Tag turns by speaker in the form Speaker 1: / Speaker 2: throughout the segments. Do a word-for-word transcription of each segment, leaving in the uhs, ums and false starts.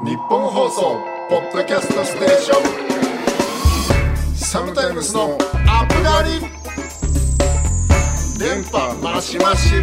Speaker 1: 日本放送ポッドキャストステーションサムタイムスのアップガリ電波マシマシ。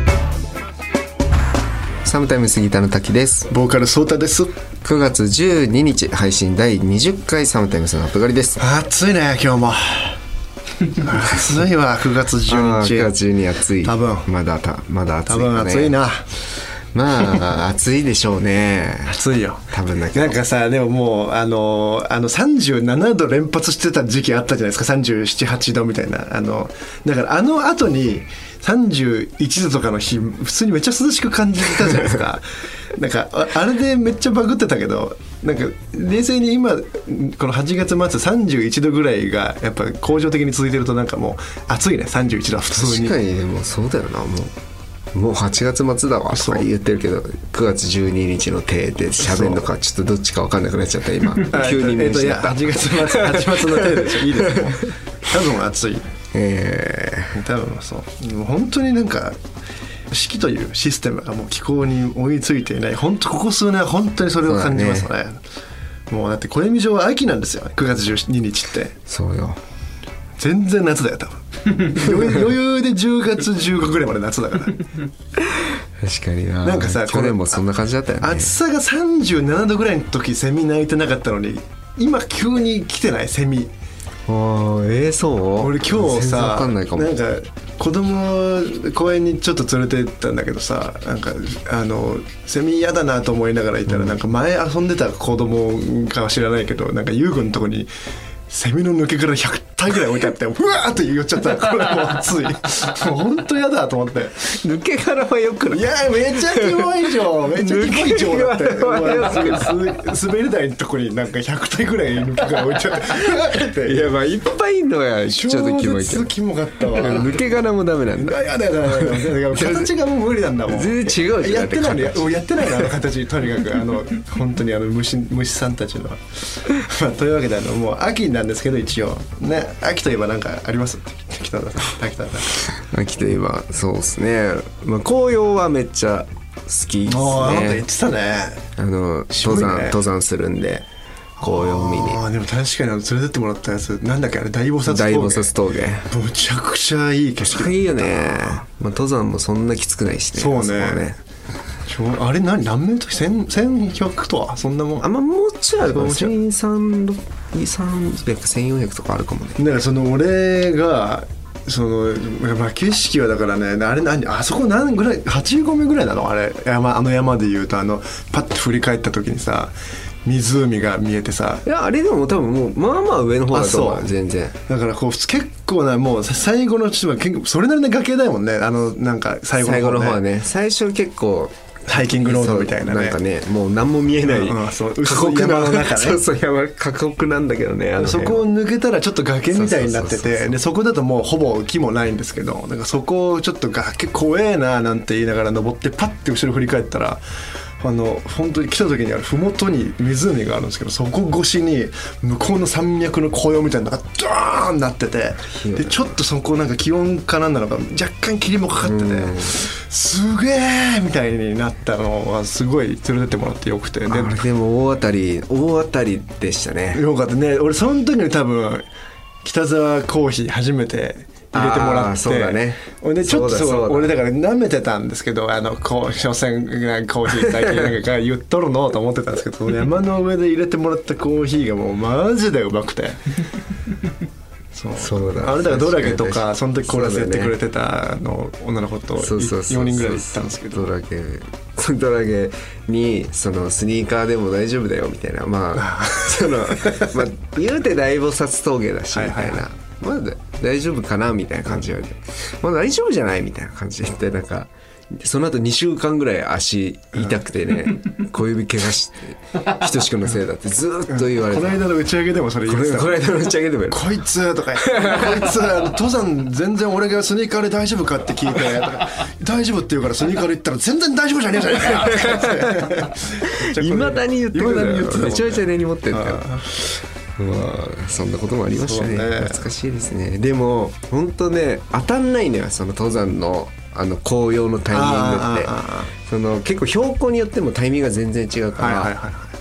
Speaker 2: サムタイムスギターの滝です。
Speaker 1: ボーカルソータです。
Speaker 2: くがつじゅうににち配信だいにじゅっかいサムタイムスのアップガリです。
Speaker 1: 暑いね今日も暑いわ。くがつじゅうににち
Speaker 2: くがつじゅうににち暑い。
Speaker 1: 多分
Speaker 2: まだたまだ暑い、ね、
Speaker 1: 多分暑いな。
Speaker 2: まあ暑いでしょうね。
Speaker 1: 暑いよ
Speaker 2: 多分だけど。
Speaker 1: なんかさ、でももうあのあのさんじゅうななど連発してた時期あったじゃないですか。さんじゅうなな、はちどみたいな。あのだからあの後にさんじゅういちどとかの日普通にめっちゃ涼しく感じてたじゃないですかなんか あ, あれでめっちゃバグってたけど、なんか冷静に今このはちがつ末さんじゅういちどぐらいがやっぱ恒常的に続いてるとなんかもう暑いね。さんじゅういちどは普通に。
Speaker 2: 確かにでもそうだよな。もうもうはちがつ末だわとか言ってるけど、くがつじゅうににちの手で喋るのかちょっとどっちか分かんなくなっちゃった今急に見失った。
Speaker 1: はちがつ末はちがつの手でしょ。いいですよ多分暑い。
Speaker 2: え
Speaker 1: ー、多分そうもう本当になんか四季というシステムがもう気候に追いついていない。本当ここ数年は本当にそれを感じますね。ねもうだって暦上は秋なんですよ。くがつじゅうににちって
Speaker 2: そうよ。
Speaker 1: 全然夏だよ多分余裕でじゅうがつじゅうごぐらいまで夏だから確
Speaker 2: かにな。
Speaker 1: なんかさ、
Speaker 2: 去年もそんな感じだったよね。
Speaker 1: 暑さがさんじゅうななどぐらいの時セミ鳴いてなかったのに今急に来てないセミ。
Speaker 2: あえー、そう。
Speaker 1: 俺今日さ
Speaker 2: かんないかも。
Speaker 1: なんか子供公園にちょっと連れて行ったんだけどさ、なんかあのセミ嫌だなと思いながらいたら、うん、なんか前遊んでた子供かは知らないけど、なんか遊具のとこにセミの抜け殻ひゃくたいぐらい置いてあってうわーって言っちゃった。これもう熱いもう本当嫌だと思って。
Speaker 2: 抜け殻はよくない。
Speaker 1: いやめっちゃキモいじゃん。めっちゃキモいじゃんだって滑り台のとこになんかひゃくたいぐらい抜け殻置いてあって
Speaker 2: いやまあいっぱいいんのやちょっとキモいけど。
Speaker 1: 超絶キモかったわ。
Speaker 2: 抜け殻もダメなんだ。
Speaker 1: いやだよだよ形がもう無理なんだもん。
Speaker 2: 全然違うじゃん。
Speaker 1: やってないの や, やってないのあの形。とにかくあの本当にあの 虫, 虫さんたちのまあというわけであのもう秋なんですけど一応ね、秋といえば何かあります？北田さん、滝田さん。
Speaker 2: 秋といえばそうですね。まあ紅葉はめっちゃ好きですね。
Speaker 1: ああ、なんか言ってたね。
Speaker 2: あの登山、ね、登山するんで紅葉見に。
Speaker 1: ああでも確かにあの連れてってもらったやつなんだっけあれ大菩薩峠。
Speaker 2: 大菩薩峠。
Speaker 1: むちゃくちゃいい景色。
Speaker 2: いいよね。まあ登山もそんなきつくないしね。
Speaker 1: そうね。あれ何何メートルせんひゃくとはそんなもん。
Speaker 2: あまあもうちょいあるかも。せんさんびゃく、せんよんひゃくとかあるかもね。
Speaker 1: だからその俺がその、まあ、景色はだからねあれ何あそこ何ぐらいはちごうめぐらいなのあれ山。あの山でいうとあのパッと振り返った時にさ湖が見えてさ。
Speaker 2: いやあれでも多分もうまあまあ上の方だと思う。全然
Speaker 1: だからこう結構なもう最後のちょっと結構それなりの崖だもんね。あのなんか最後の方ね。最後の方は
Speaker 2: ね。最初結構
Speaker 1: ハイキングロードみたいなね。
Speaker 2: なんかねもう何も見えない、うんうん、そう過酷な山の中ね。そうそう山過酷なんだけどね。あの
Speaker 1: そこを抜けたらちょっと崖みたいになってて、でそこだともうほぼ木もないんですけど、なんかそこをちょっと崖怖えななんて言いながら登ってパッて後ろ振り返ったらあの本当に来た時にある麓に湖があるんですけど、そこ越しに向こうの山脈の紅葉みたいなのがドーンなってて、でちょっとそこなんか気温かなんなのか若干霧もかかっててすげーみたいになったのはすごい連れてってもらってよくて。で,
Speaker 2: あれでも大当たり大当たりでしたね。
Speaker 1: よかったね。俺その時に多分北沢コーヒー初めて入れてもらって。
Speaker 2: そうだね。
Speaker 1: でちょっとそう俺だから舐めてたんですけど、あのこう所詮コーヒー最近なんか言っとるのと思ってたんですけど山の上で入れてもらったコーヒーがもうマジでうまくてそうそうだ。あれだからドラゲとかその時コーラスやってくれてたの女の子とよにんぐらいで行ったんですけど、
Speaker 2: ドラゲドラゲにそのスニーカーでも大丈夫だよみたいな、まあそのまあ言うて大菩薩峠だしみたいな、はいはいはい、まだ大丈夫かなみたいな感じで、まだ大丈夫じゃないみたいな感じで言って、なんかその後にしゅうかんぐらい足痛くてね、小指怪我してひとしくんのせいだってずっと言われて、
Speaker 1: この間の打ち上げでもそれ言ってた。
Speaker 2: この間の打ち上げでも
Speaker 1: こいつとかこいつ登山全然俺がスニーカーで大丈夫かって聞いて大丈夫って言うからスニーカーで言ったら全然大丈夫じゃねえじゃねえかいま
Speaker 2: だに言ってくる。めちゃめちゃ根に持ってるから。まあそんなこともありました ね, ね懐かしいですね。でも本当ね当たんないのよ、その登山のあの紅葉のタイミングって。その結構標高によってもタイミングが全然違うから、はいはいはいはい、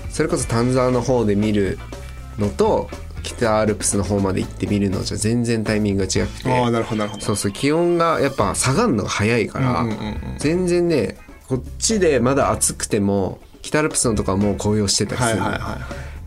Speaker 2: それこそ丹沢の方で見るのと北アルプスの方まで行って見るのじゃ全然タイミングが違くて、
Speaker 1: ああなるほどなるほど。
Speaker 2: そうそう気温がやっぱ下がるのが早いから、
Speaker 1: うんうんうんうん、
Speaker 2: 全然ねこっちでまだ暑くても北アルプスのとかはもう紅葉してたりする、
Speaker 1: はいはいはい、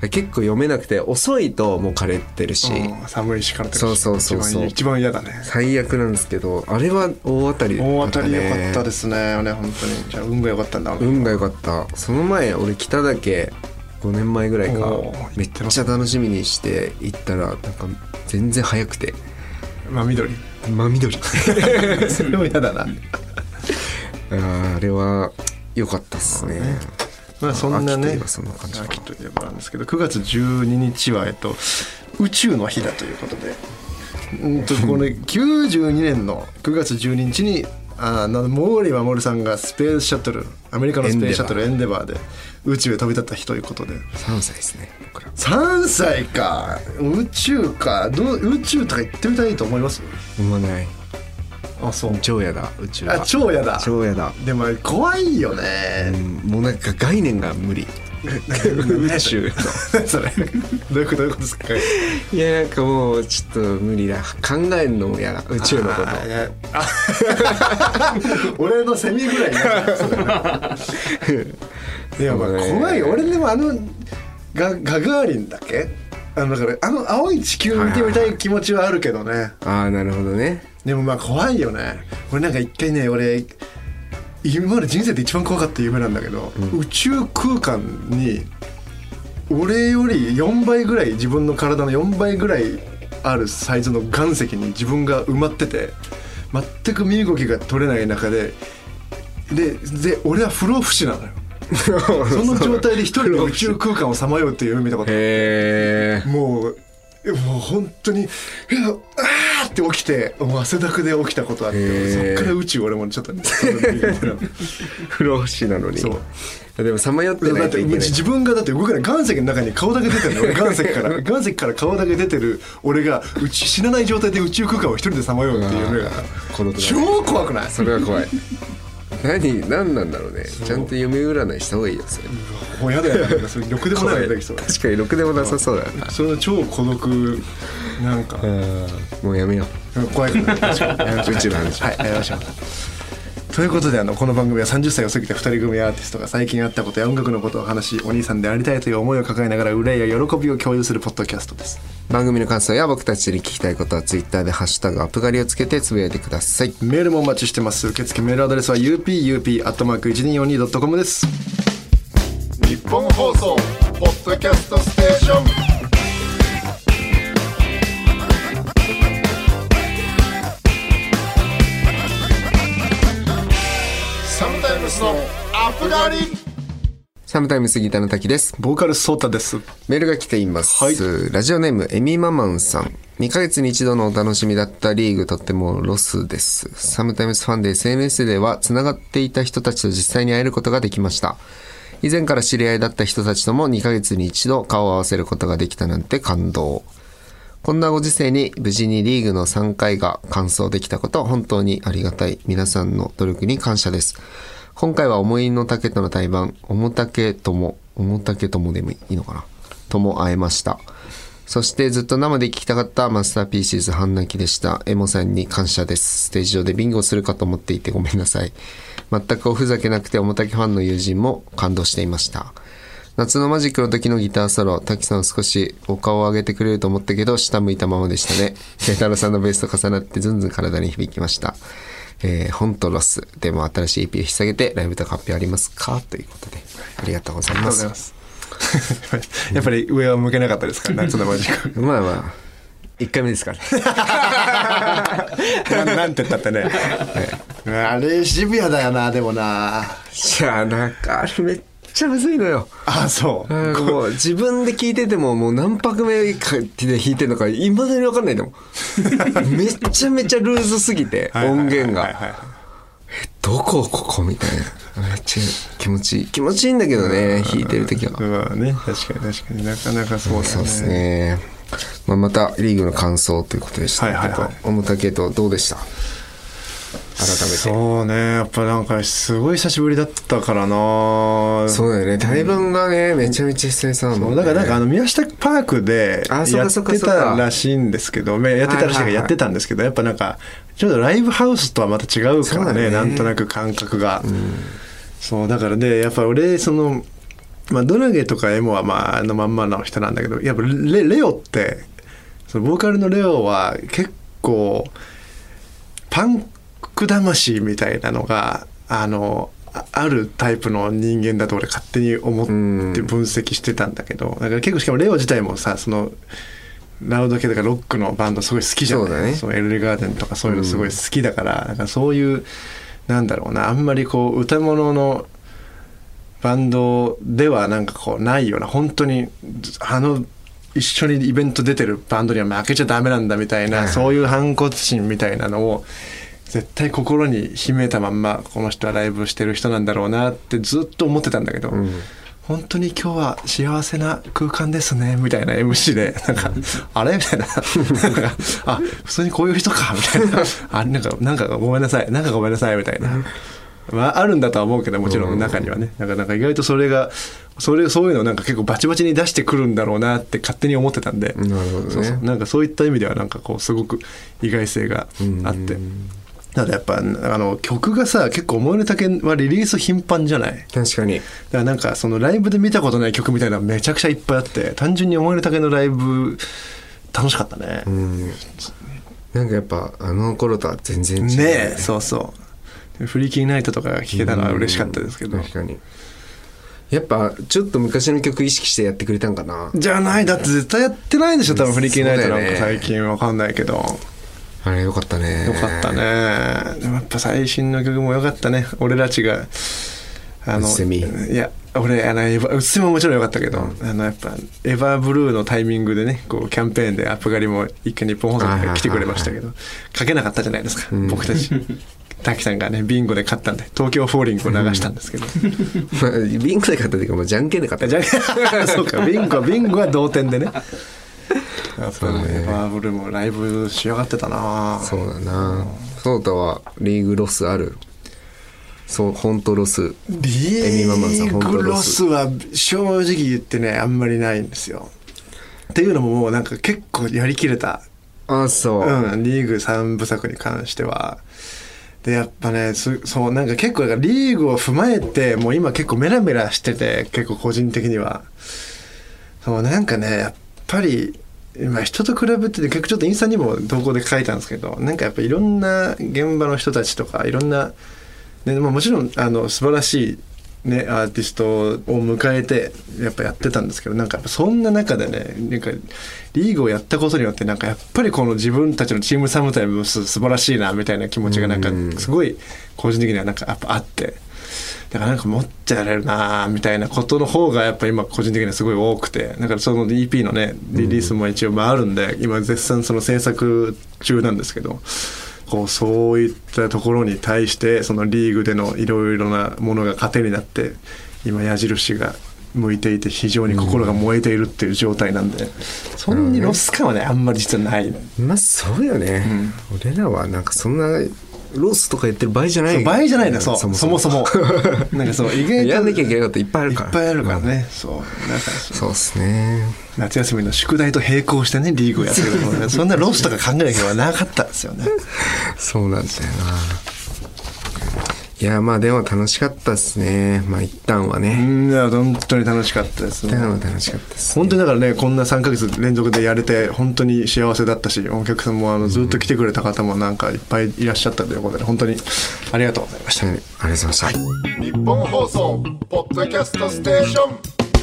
Speaker 2: 結構読めなくて遅いともう枯れてるし、
Speaker 1: うん、寒いし枯れてるし、
Speaker 2: そうそうそうそう
Speaker 1: 一番嫌だね。最
Speaker 2: 悪なんですけど、あれは大当たりだったね。
Speaker 1: 大当たり良かったですね。あれ本当にじゃあ運が良かったんだ。
Speaker 2: 運が良かった。その前俺北岳ごねんまえぐらいかめっちゃ楽しみにして行ったらなんか全然早くて
Speaker 1: 真緑
Speaker 2: 真緑
Speaker 1: それも嫌だな。
Speaker 2: あ, あれは良かったっすね。
Speaker 1: まあそんなね、
Speaker 2: 秋といえばそんな感じか。
Speaker 1: 秋といえばなんですけど、くがつじゅうににちはえっと宇宙の日だということで、うんとこれきゅうじゅうにねんのくがつじゅうににちにあ毛利衛さんがスペースシャトル、アメリカのスペースシャトルエンデバーで宇宙へ飛び立った日ということで、
Speaker 2: さんさいですね僕ら。
Speaker 1: さんさいか。宇宙か。どう宇宙とか行ってみたいと思います？
Speaker 2: 思わない。
Speaker 1: あ、そう。
Speaker 2: 超やだ宇宙は。
Speaker 1: あ、超やだ。
Speaker 2: 超やだ。
Speaker 1: でも怖いよね、
Speaker 2: うん、もうなんか概念が無理宇宙
Speaker 1: それどういうことどういうことですか？
Speaker 2: いやなんかもうちょっと無理だ。考えるのも嫌だ宇宙のこと。
Speaker 1: あいやあ俺のセミぐらいになるそれいやまあ怖いよ。俺でもあのガガガーリンだっけ、あのだからあの青い地球見てみたい気持ちはあるけどね、はいはいはい、
Speaker 2: ああなるほどね。
Speaker 1: でもまあ怖いよね。俺なんか一回ね、俺今まで人生で一番怖かった夢なんだけど、うん、宇宙空間に俺よりよんばいぐらい、自分の体のよんばいぐらいあるサイズの岩石に自分が埋まってて、全く身動きが取れない中ででで俺は不老不死なのよその状態で一人で宇宙空間をさまようっていう夢見たことあって、もうもう本当にあーって起きて、もう汗だくで起きたことあって、そっから宇宙俺もちょっと
Speaker 2: 不老不死なのに。そうでもさまよってないといけない。
Speaker 1: 自分がだって動かない、岩石の中に顔だけ出てるの俺、岩石から岩石から顔だけ出てる俺がうち死なない状態で宇宙空間を一人でさまようっていう夢が超怖くない？
Speaker 2: それは怖い何何なんだろうね。ちゃんと夢占いした方がいいよそれ。
Speaker 1: もうやだよね。それろくでもないのできそう。
Speaker 2: 確かにろくでもなさそうだよね。
Speaker 1: その超孤独なんか
Speaker 2: もうやめよ
Speaker 1: う。怖いから確かに宇宙の話、はい、やりましょう。ということで、あのこの番組はさんじゅっさいを過ぎたふたり組アーティストが最近あったことや音楽のことを話し、お兄さんでありたいという思いを抱えながら憂いや喜びを共有するポッドキャストです。
Speaker 2: 番組の感想や僕たちに聞きたいことはツイッターでハッシュタグアップガリをつけてつぶやいてください。
Speaker 1: メールもお待ちしてます。受付メールアドレスは ユーピーユーピー アットマーク いちにーよんにー ドットコム です。日本放送ポッドキャストステーション、サムタイムスのアップガリ。
Speaker 2: サムタイムスギターの滝です。
Speaker 1: ボーカルソータです。
Speaker 2: メールが来ています、
Speaker 1: はい、
Speaker 2: ラジオネームエミママンさん。にかげつに一度のお楽しみだったリーグ、とってもロスです。サムタイムスファンで エスエヌエス ではつながっていた人たちと実際に会えることができました。以前から知り合いだった人たちともにかげつに一度顔を合わせることができたなんて感動。こんなご時世に無事にリーグのさんかいが完走できたこと、本当にありがたい。皆さんの努力に感謝です。今回は思いの丈との対バン、おもたけとも、おもたけともでもいいのかなとも会えました。そしてずっと生で聞きたかったマスターピーシーズ半泣きでした。エモさんに感謝です。ステージ上でビンゴするかと思っていてごめんなさい。全くおふざけなくておもたけファンの友人も感動していました。夏のマジックの時のギターソロ、滝さん少しお顔を上げてくれると思ったけど下向いたままでしたね。ケイタロウさんのベースと重なってずんずん体に響きました。えー、本当ロスでも新しい イーピー を引っ提げてライブとか発表ありますかということで、ありがとうございます。
Speaker 1: やっぱり上は向けなかったですか夏のマジック
Speaker 2: まあまあいっかいめですから
Speaker 1: ねな, なんて言ったってね、あれシビアだよな。でもな、
Speaker 2: じゃあなんかあれめっちゃむずいのよ。
Speaker 1: あ、そう。
Speaker 2: もう自分で聞いててももう何拍目かで弾いてるのかいまだに分かんないんだもんめちゃめちゃルーズすぎて音源が、えどこここみたいな、めっちゃ気持ちいい気持ちいいんだけどね、弾いてる時は。
Speaker 1: まあね、確かに確かになかなかそうだね。
Speaker 2: そうですね。まあ、またリーグの感想ということでしたけど、はいはいはい、おもたけとどうでした？ 改めて。
Speaker 1: そうね、やっぱなんかすごい久しぶりだったからな。
Speaker 2: そうだよね、対バンがねめちゃめちゃ久々なもんね。
Speaker 1: だからなんかあの宮下パークでやってたらしいんですけど、やってたらしいがやってたんですけど、やっぱなんかちょっとライブハウスとはまた違うからね、なんとなく感覚が、うん、そうだからね、やっぱ俺そのまあドラゲとかエモはまああのまんまの人なんだけど、やっぱ レ, レオってそのボーカルのレオは結構パンク魂みたいなのがあのあるタイプの人間だと俺勝手に思って分析してたんだけど、だから結構しかもレオ自体もさ、そのラウド系とかロックのバンドすごい好きじゃない。そうだね、そのエルレガーデンとかそういうのすごい好きだから、うん、だからそういうなんだろうな、あんまりこう歌物のバンドではなんかこうないような、本当にあの一緒にイベント出てるバンドには負けちゃダメなんだみたいな、はいはい、そういう反骨心みたいなのを絶対心に秘めたまんまこの人はライブしてる人なんだろうなってずっと思ってたんだけど、うん、本当に今日は幸せな空間ですねみたいな エムシー でなんかあれみたいななんかあ普通にこういう人かみたいなあなんかなんかごめんなさいなんかごめんなさいみたいな、まあ、あるんだとは思うけどもちろん中にはね、なんかなんか意外とそれがそれそういうのなんか結構バチバチに出してくるんだろうなって勝手に思ってたんで、
Speaker 2: なるほどね、
Speaker 1: そうそうなんかそういった意味ではなんかこうすごく意外性があって、ただやっぱあの曲がさ結構思いの丈はリリース頻繁じゃない。
Speaker 2: 確かに。
Speaker 1: だからなんかそのライブで見たことない曲みたいなのめちゃくちゃいっぱいあって、単純に思いの丈のライブ楽しかったね。
Speaker 2: うんなんかやっぱあの頃とは全然違うね。
Speaker 1: ねえそうそうフリーキーナイトとか聞けたのは嬉しかったですけど、
Speaker 2: 確かにやっぱちょっと昔の曲意識してやってくれたんかな。
Speaker 1: じゃない、だって絶対やってないでしょ多分フリーキーナイトなんか最近わかんないけど、
Speaker 2: あれよかったね。
Speaker 1: よかったね。でもやっぱ最新の曲もよかったね。俺たちがあのいや俺あのエヴァうっせみももちろんよかったけど、うん、あのやっぱエヴァブルーのタイミングでねこうキャンペーンでアップガリも一回日本放送で来てくれましたけど、書けなかったじゃないですか、うん、僕たち滝さんがねビンゴで勝ったんで東京フォーリングを流したんですけど、
Speaker 2: うん、ビンゴで勝ったというかもうじゃんけんで勝った
Speaker 1: そうかビンゴビンゴは同点でねやっぱねバーブルもライブしやがってたな。
Speaker 2: そうだな。ソータはリーグロスある？そう本当ロス。
Speaker 1: リーグロスは正直言ってねあんまりないんですよ。っていうのももうなんか結構やりきれた。
Speaker 2: あそう。
Speaker 1: うん、リーグさんぶ作に関しては。でやっぱねそうなんか結構リーグを踏まえてもう今結構メラメラしてて結構個人的にはそうなんかねやっぱりまあ人と比べて結構ちょっとインスタにも投稿で書いたんですけど、なんかやっぱいろんな現場の人たちとかいろんな、ねまあ、もちろんあの素晴らしい、ね、アーティストを迎えてやっぱやってたんですけど、なんかやっぱそんな中でねなんかリーグをやったことによってなんかやっぱりこの自分たちのチームサムタイム素晴らしいなみたいな気持ちがなんかすごい個人的にはなんかやっぱあって。だからなんかもっとやれるなみたいなことの方がやっぱ今個人的にはすごい多くて、だからその イーピー のねリリースも一応あるんで今絶賛その制作中なんですけど、こうそういったところに対してそのリーグでのいろいろなものが糧になって今矢印が向いていて非常に心が燃えているっていう状態なんで、そんなにロス感はねあんまり実はない。
Speaker 2: まあそうよね、うん、俺らはなんかそんなロスとか言ってる場合じゃない。
Speaker 1: 場合じゃないんだ。そうそもそもそもなんかそう意外と
Speaker 2: やんなきゃいけないこといっぱいあるから
Speaker 1: いっぱいあるからね、うん、そうなんか
Speaker 2: そうですね。
Speaker 1: 夏休みの宿題と並行してねリーグをやってるのでそんなロスとか考えなきゃなかったんですよね
Speaker 2: そうなんだよな。いやまあでも楽しかったですね。まあ一旦はね。
Speaker 1: うんいや本当に楽しかったですね。
Speaker 2: 一旦は楽しかったです、ね、
Speaker 1: 本当にだからねこんなさんかげつ連続でやれて本当に幸せだったし、お客さんもあのずっと来てくれた方もなんかいっぱいいらっしゃったということで本当にありがとうございました、
Speaker 2: はい、ありがとうございました、はい、
Speaker 3: 日本放送ポッドキャストステーション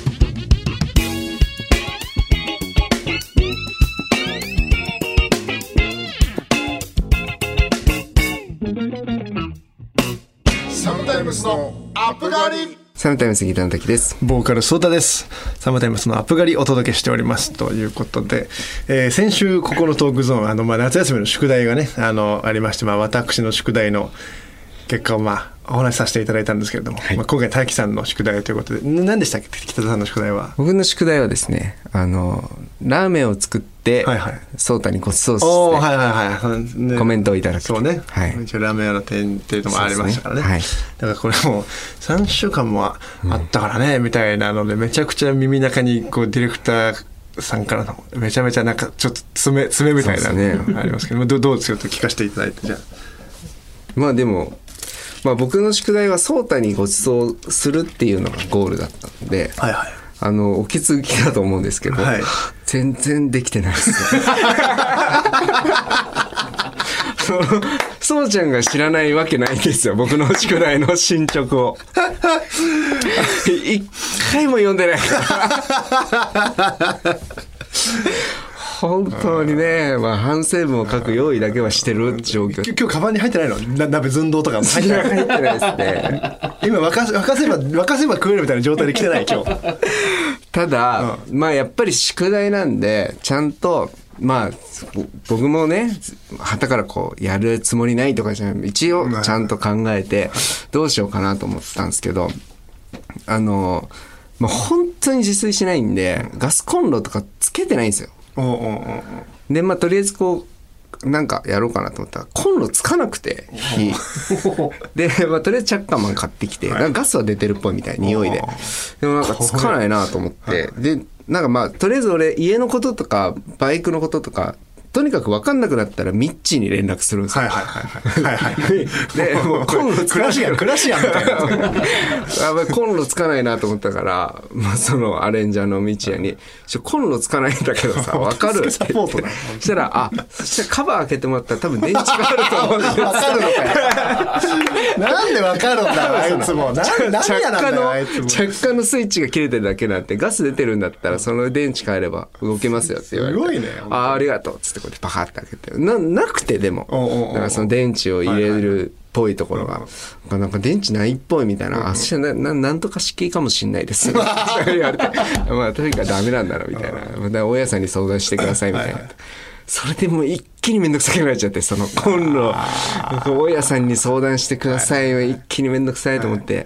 Speaker 3: サムタイムスのアップガリ。
Speaker 2: サムタイムスギターの時です。
Speaker 1: ボーカルソータです。サムタイムスのアップガリお届けしておりますということで、えー、先週ここのトークゾーンあの、まあ、夏休みの宿題がね あのありまして、まあ、私の宿題の結果をまあお話しさせていただいたんですけれども、はいまあ、今回大輝さんの宿題ということで何でしたっけ。北田さんの宿題は。
Speaker 2: 僕の宿題はですねあのラーメンを作ってソータにごちそうして、はいはいはい、ね、コメントをいただく。
Speaker 1: そうね、はい、一応ラーメン屋の店っていうのもありましたからね、はい、だからこれもうさんしゅうかんもあったからね、うん、みたいなのでめちゃくちゃ耳中にこうディレクターさんからのめちゃめちゃなんかちょっと爪爪みたいなのがありますけど、ね、ど, どうですよと聞かせていただいて。じゃあ
Speaker 2: まあでも、まあ、僕の宿題はソータにごちそうするっていうのがゴールだったので、はいはい、あのお気づきだと思うんですけど、はい、全然できてないですねそうちゃんが知らないわけないんですよ、僕の宿題の進捗を一回も読んでない本当にね、まあ、反省文を書く用意だけはしてる状況。
Speaker 1: 今日カバンに入ってないの？な鍋寸胴とかも入ってない？
Speaker 2: 入ってないですね
Speaker 1: 今沸かせ沸かせば沸かせば食えるみたいな状態で来てない今日
Speaker 2: ただ、うん、まあやっぱり宿題なんでちゃんとまあ僕もね旗からこうやるつもりないとかじゃない、一応ちゃんと考えてどうしようかなと思ってたんですけど、あのまあ本当に自炊しないんでガスコンロとかつけてないんですよ。おうおうおうでまあとりあえずこうなんかやろうかなと思ったらコンロつかなくて火で、まあ、とりあえずチャッカマン買ってきて、なんかガスは出てるっぽいみたいな匂いで、でもなんかつかないなと思って、でなんかまあとりあえず俺家のこととかバイクのこととかとにかく分かんなくなったらミッチーに連絡するんですよ。はいはいはいはいはいでもうコンロつかない
Speaker 1: クラシアンみたいな
Speaker 2: あコンロつかないなと思ったから、まあ、そのアレンジャーのミチヤにコンロつかないんだけどさ分かるって言って、そしたらあそしたらカバー開けてもらったら多分電池があると思うんだけど分かるのかよ
Speaker 1: なんで分かるんだあいつも何やなんだよあいつも。
Speaker 2: 着火のスイッチが切れてるだけなんて、ガス出てるんだったらその電池変えれば動けますよって言われて、すごいね、あありがとうっつってこうやってパカッて開けて な, なくてでもおうおうおうだからその電池を入れるっぽいところが、はいはい、なんか電池ないっぽいみたいな、うん、あそな な, なんとか式かもしんないです言われてまあとにかくダメなんだろうみたいな、だから大家さんに相談してくださいみたいな、はいはい、それでもう一気にめんどくさくなっちゃって、そのコンロ大家さんに相談してください、はい、一気にめんどくさいと思って、はい、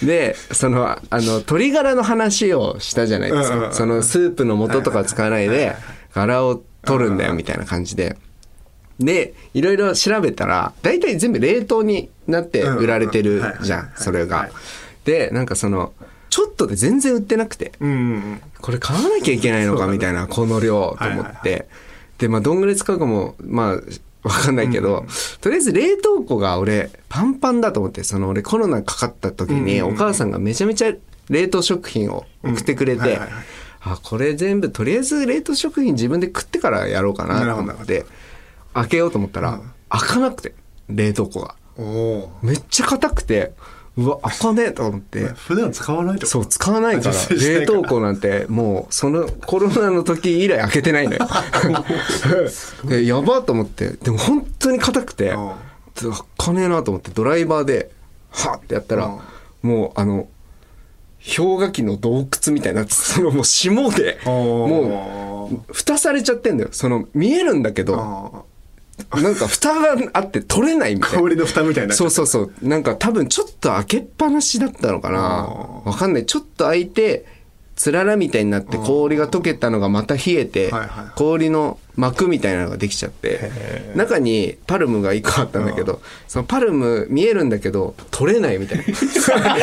Speaker 2: でそのあの鶏ガラの話をしたじゃないですか、うんうんうん、そのスープの素とか使わないでガラを取るんだよみたいな感じで、でいろいろ調べたら大体全部冷凍になって売られてるじゃん、それが。でなんかそのちょっとで全然売ってなくて、これ買わなきゃいけないのかみたいな、この量と思って、でまあどんぐらい使うかもまあわかんないけど、とりあえず冷凍庫が俺パンパンだと思って、その俺コロナかかった時にお母さんがめちゃめちゃ冷凍食品を送ってくれて、あこれ全部とりあえず冷凍食品自分で食ってからやろうかなと思って開けようと思ったら、うん、開かなくて冷凍庫がおめっちゃ硬くて、うわ開かねえと思って、
Speaker 1: 普段使わないと
Speaker 2: そう使わないから冷凍庫なんてもうそのコロナの時以来開けてないのよでやばと思って、でも本当に硬くて開かねえなと思ってドライバーではってやったら、もうあの氷河期の洞窟みたいになって、そのもう霜でもう蓋されちゃってんだよ。その見えるんだけどなんか蓋があって取れないみたいな、
Speaker 1: 氷の蓋みたいな。
Speaker 2: そうそうそう、なんか多分ちょっと開けっぱなしだったのかな、わかんない。ちょっと開いてつららみたいになって氷が溶けたのがまた冷えて氷の膜みたいなのができちゃって、中にパルムがいっこあったんだけど、そのパルム見えるんだけど取れないみたいなすごいじゃ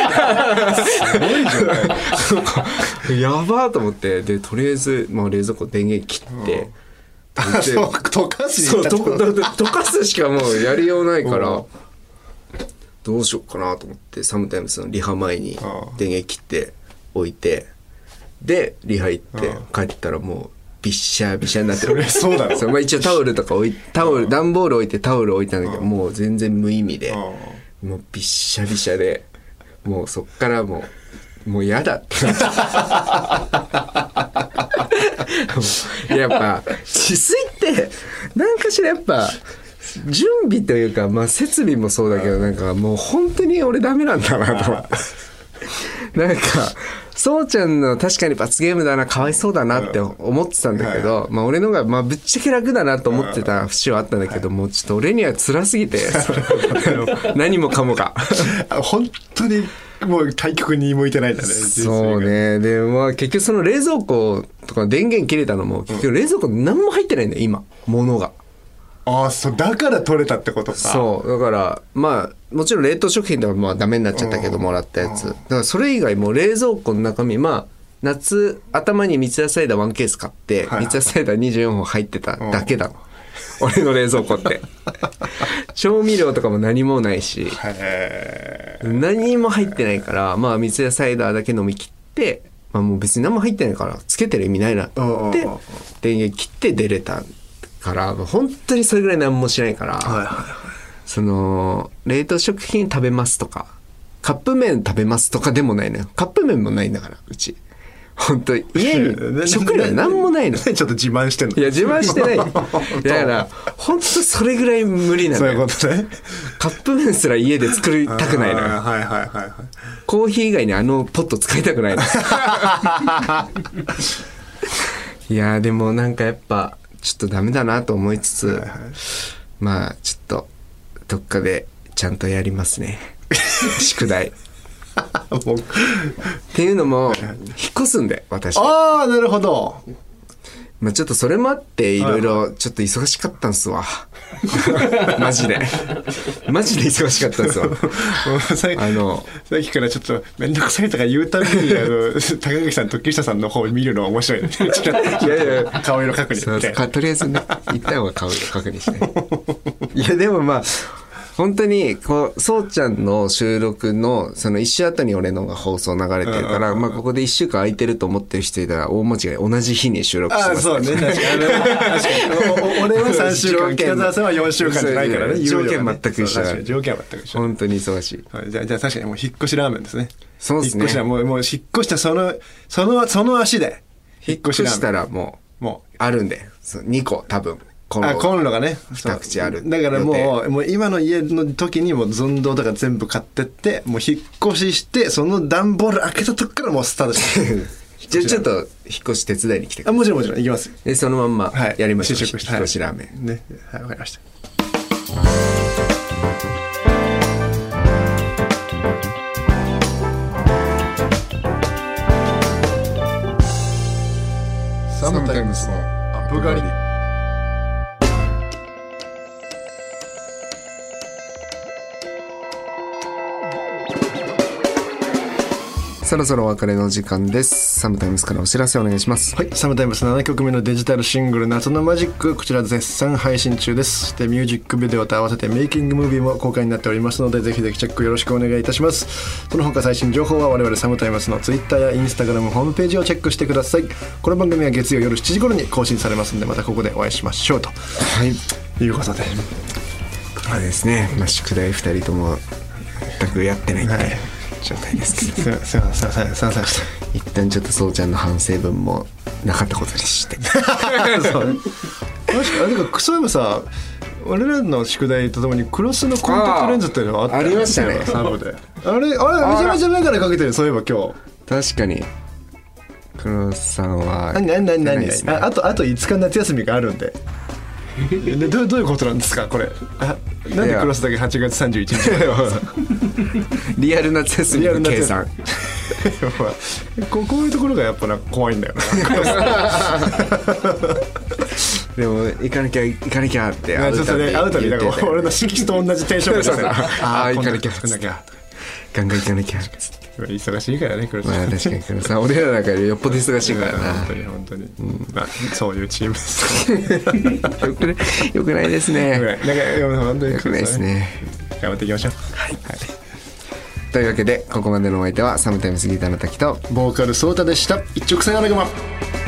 Speaker 2: ないやばーと思って、でとりあえずもう冷蔵庫電源切って
Speaker 1: 溶かすに行ったところ
Speaker 2: 溶かすしかもうやりようないからどうしようかなと思って、サムタイムスのリハ前に電源切って置いて、でリハ行って帰ったらもうびっしゃびしゃになってる。
Speaker 1: そそうだろ。
Speaker 2: そう、まあ、一応タオルとか置いタオル段ボール置いてタオル置いたんだけど、もう全然無意味で、もうびっしゃびしゃで、もうそっからもうもう嫌だってなっちゃうやっぱ自炊ってなんかしらやっぱ準備というか、まあ設備もそうだけど、なんかもう本当に俺ダメなんだなと思ってなんかそうちゃんの確かに罰ゲームだな、かわいそうだなって思ってたんだけど、まあ俺のがまあぶっちゃけ楽だなと思ってた節はあったんだけど、もうちょっと俺には辛すぎて何もかもが
Speaker 1: 本当にもう対局に向いてないんだね。
Speaker 2: そうね。でまあ結局その冷蔵庫をとか電源切れたのも結局冷蔵庫に何も入ってないんだよ今物が。
Speaker 1: ああそうだから取れたってことか。
Speaker 2: そうだからまあもちろん冷凍食品ではまあダメになっちゃったけどもらったやつだからそれ以外も冷蔵庫の中身まあ夏頭に三ツ矢サイダーワンケース買って、はい、三ツ矢サイダーにじゅうよんほん入ってただけだの、うん、俺の冷蔵庫って調味料とかも何もないし何も入ってないからまあ三ツ矢サイダーだけ飲み切って、まあ、もう別に何も入ってないからつけてる意味ないなと思って電源切って出れたから本当にそれぐらい何もしないから、はいはいはい、その冷凍食品食べますとかカップ麺食べますとかでもないのよ。カップ麺もないんだからうち本当家に食料なんもないの。
Speaker 1: ちょっと自慢してんの。
Speaker 2: いや自慢してないだから本当それぐらい無理なのよ。
Speaker 1: そういうことね。
Speaker 2: カップ麺すら家で作りたくないのよ。
Speaker 1: はいはいはいはい。
Speaker 2: コーヒー以外にあのポット使いたくないのいやでもなんかやっぱちょっとダメだなと思いつつ、はいはい、まあちょっとどっかでちゃんとやりますね宿題っていうのも引っ越すんで私。
Speaker 1: ああなるほど。
Speaker 2: まあちょっとそれもあっていろいろちょっと忙しかったんすわマジでマジで忙しかったんですよ
Speaker 1: あのさっきからちょっと面倒くさいとか言うたびにあの高木さんと木下さんの方を見るの面白いねいやいや顔色確認
Speaker 2: そうそうとりあえずね一旦は顔色確認していやでもまあ本当にこうそうちゃんの収録のその一週後に俺のが放送流れてるから、まあここで一週間空いてると思ってる人いたら大間違い同じ日に収録してます。
Speaker 1: ああそうね確かに確かに俺はさんしゅうかん北澤さんはよんしゅうかんじゃないからね。
Speaker 2: 条件全く一緒だ。
Speaker 1: 条件は全く一緒。
Speaker 2: 本当に忙しい。
Speaker 1: じゃあじゃあ確かにもう引っ越しラーメンですね。
Speaker 2: そうですね。
Speaker 1: 引っ越しもうもう引っ越したそのそのその足で
Speaker 2: 引っ越ししたらもうもうあるんでにこ多分。
Speaker 1: あコンロがね
Speaker 2: 二口ある。
Speaker 1: だからもうもう今の家の時にもう寸胴とか全部買ってってもう引っ越ししてその段ボール開けたとこからもうスタートして
Speaker 2: じゃあちょっと引っ越し手伝いに来てください。
Speaker 1: あもちろんもちろん行きます。
Speaker 2: でそのまんまやりましょう、
Speaker 1: はい、試食して
Speaker 2: 引っ越しラーメン、
Speaker 1: はい、ねはいわかりました。
Speaker 3: サムタイムスのアップ狩り。
Speaker 2: そろそろお別れの時間です。サムタイムスからお知らせお願いします。
Speaker 1: はい、サムタイムスななきょくめのデジタルシングル夏のマジック、こちら絶賛配信中です。そしてミュージックビデオと合わせてメイキングムービーも公開になっておりますのでぜひぜひチェックよろしくお願いいたします。その他最新情報は我々サムタイムスのツイッターやインスタグラムホームページをチェックしてください。この番組は月曜夜しちじ頃に更新されますのでまたここでお会いしましょうと、はい、いうことで
Speaker 2: あれですね、まあ、宿題ふたりとも全くやってないんで、はい状態ですけど、
Speaker 1: すいませんすいません
Speaker 2: 一旦ちょっとそうちゃんの反省文もなかったことにしてそう
Speaker 1: 確かにクソエムさ俺らの宿題とともにクロスのコンタクトレンズっていうのがあった
Speaker 2: ありましたね
Speaker 1: サブであれあれめちゃめちゃ眼鏡かけてるそういえば今
Speaker 2: 日確かにクロスさんは
Speaker 1: 何何何何、ね、あ, あとあといつか夏休みがあるんでで ど, どういうことなんですかこれあなんでクロスだけはちがつさんじゅういちにち
Speaker 2: リアル夏休みの計算
Speaker 1: こ, こういうところがやっぱなんか怖いんだよな
Speaker 2: でも行かなきゃ行かなきゃって会うたび
Speaker 1: 会うたびなんか俺の色紙と同じテンションでさ
Speaker 2: ああ行かなきゃガンガン行かなきゃ
Speaker 1: 忙しいからねクロス
Speaker 2: まあ確かにクロスさん俺らなんかよっぽど忙しいからな
Speaker 1: 本当に本当に、うんまあ、そういうチームです
Speaker 2: よくないよくないですね
Speaker 1: なんか本当に
Speaker 2: よくないですね
Speaker 1: 頑張っていきましょう
Speaker 2: はい、はい、というわけでここまでのお相手はサムタイムスギターの滝と
Speaker 1: ボーカルソータでした。一直線アナグマ。